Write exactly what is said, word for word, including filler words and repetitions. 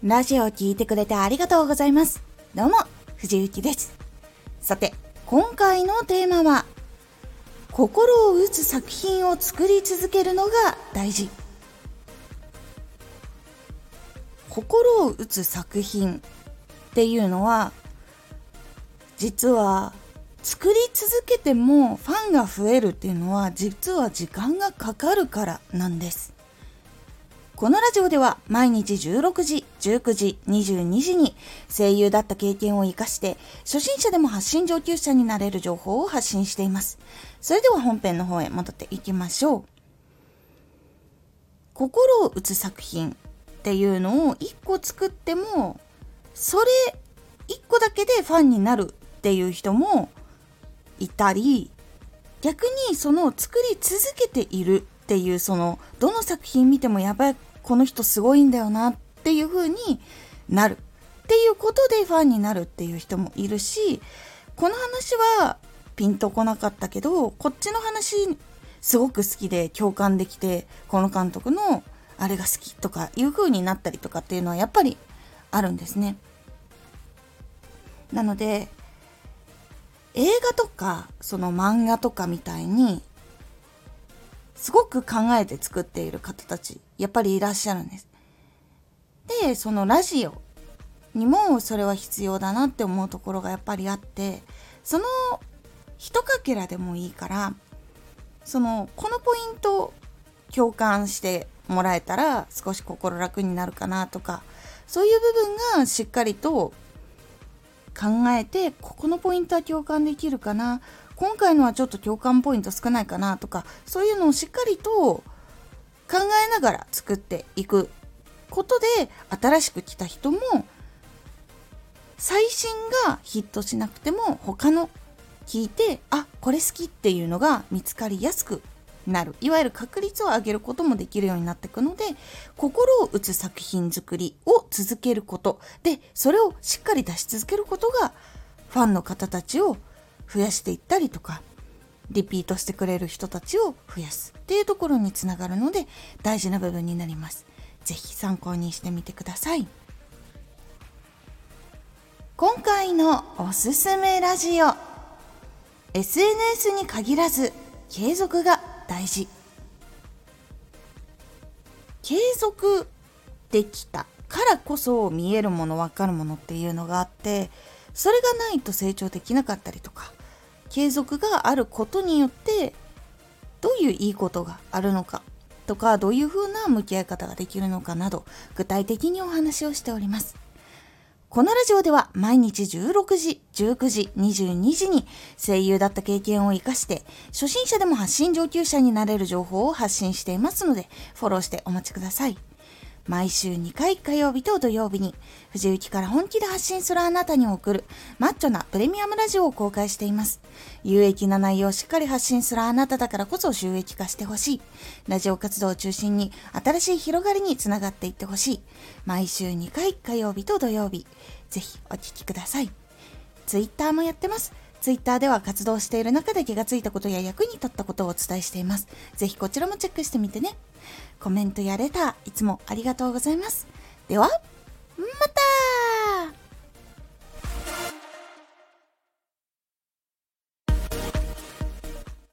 ラジオを聞いてくれてありがとうございます。どうも、藤幸です。さて、今回のテーマは、心を打つ作品を作り続けるのが大事。心を打つ作品っていうのは、実は作り続けてもファンが増えるっていうのは、実は時間がかかるからなんです。このラジオでは毎日じゅうろくじ、じゅうくじ、にじゅうにじに声優だった経験を生かして初心者でも発信上級者になれる情報を発信しています。それでは本編の方へ戻っていきましょう。心を打つ作品っていうのをいっこ作ってもそれいっこだけでファンになるっていう人もいたり、逆にその作り続けているっていう、そのどの作品見てもやばい、この人すごいんだよなっていう風になるっていうことでファンになるっていう人もいるし、この話はピンとこなかったけどこっちの話すごく好きで共感できて、この監督のあれが好きとかいう風になったりとかっていうのはやっぱりあるんですね。なので映画とかその漫画とかみたいにすごく考えて作っている方たちやっぱりいらっしゃるんです。で、そのラジオにもそれは必要だなって思うところがやっぱりあって、その一かけらでもいいから、そのこのポイント共感してもらえたら少し心楽になるかなとか、そういう部分がしっかりと考えて、ここのポイントは共感できるかな、今回のはちょっと共感ポイント少ないかなとか、そういうのをしっかりと考えながら作っていくことで、新しく来た人も最新がヒットしなくても他の聞いて、あ、これ好きっていうのが見つかりやすくなる、いわゆる確率を上げることもできるようになっていくので、心を打つ作品作りを続けることで、それをしっかり出し続けることがファンの方たちを増やしていったりとか、リピートしてくれる人たちを増やすっていうところにつながるので、大事な部分になります。ぜひ参考にしてみてください。今回のおすすめラジオ、 エスエヌエス に限らず継続が大事。継続できたからこそ見えるもの、分かるものっていうのがあって、それがないと成長できなかったりとか、継続があることによってどういういいことがあるのかとか、どういう風な向き合い方ができるのかなど、具体的にお話をしております。このラジオでは毎日じゅうろくじ、じゅうくじ、にじゅうにじに声優だった経験を生かして初心者でも発信上級者になれる情報を発信していますので、フォローしてお待ちください。毎週にかい、火曜日と土曜日に藤雪から本気で発信するあなたに送るマッチョなプレミアムラジオを公開しています。有益な内容をしっかり発信するあなただからこそ収益化してほしい。ラジオ活動を中心に新しい広がりにつながっていってほしい。毎週にかい、火曜日と土曜日、ぜひお聞きください。ツイッターもやってます。ツイッターでは活動している中で気がついたことや役に立ったことをお伝えしています。ぜひこちらもチェックしてみてね。コメントやレターいつもありがとうございます。ではまた。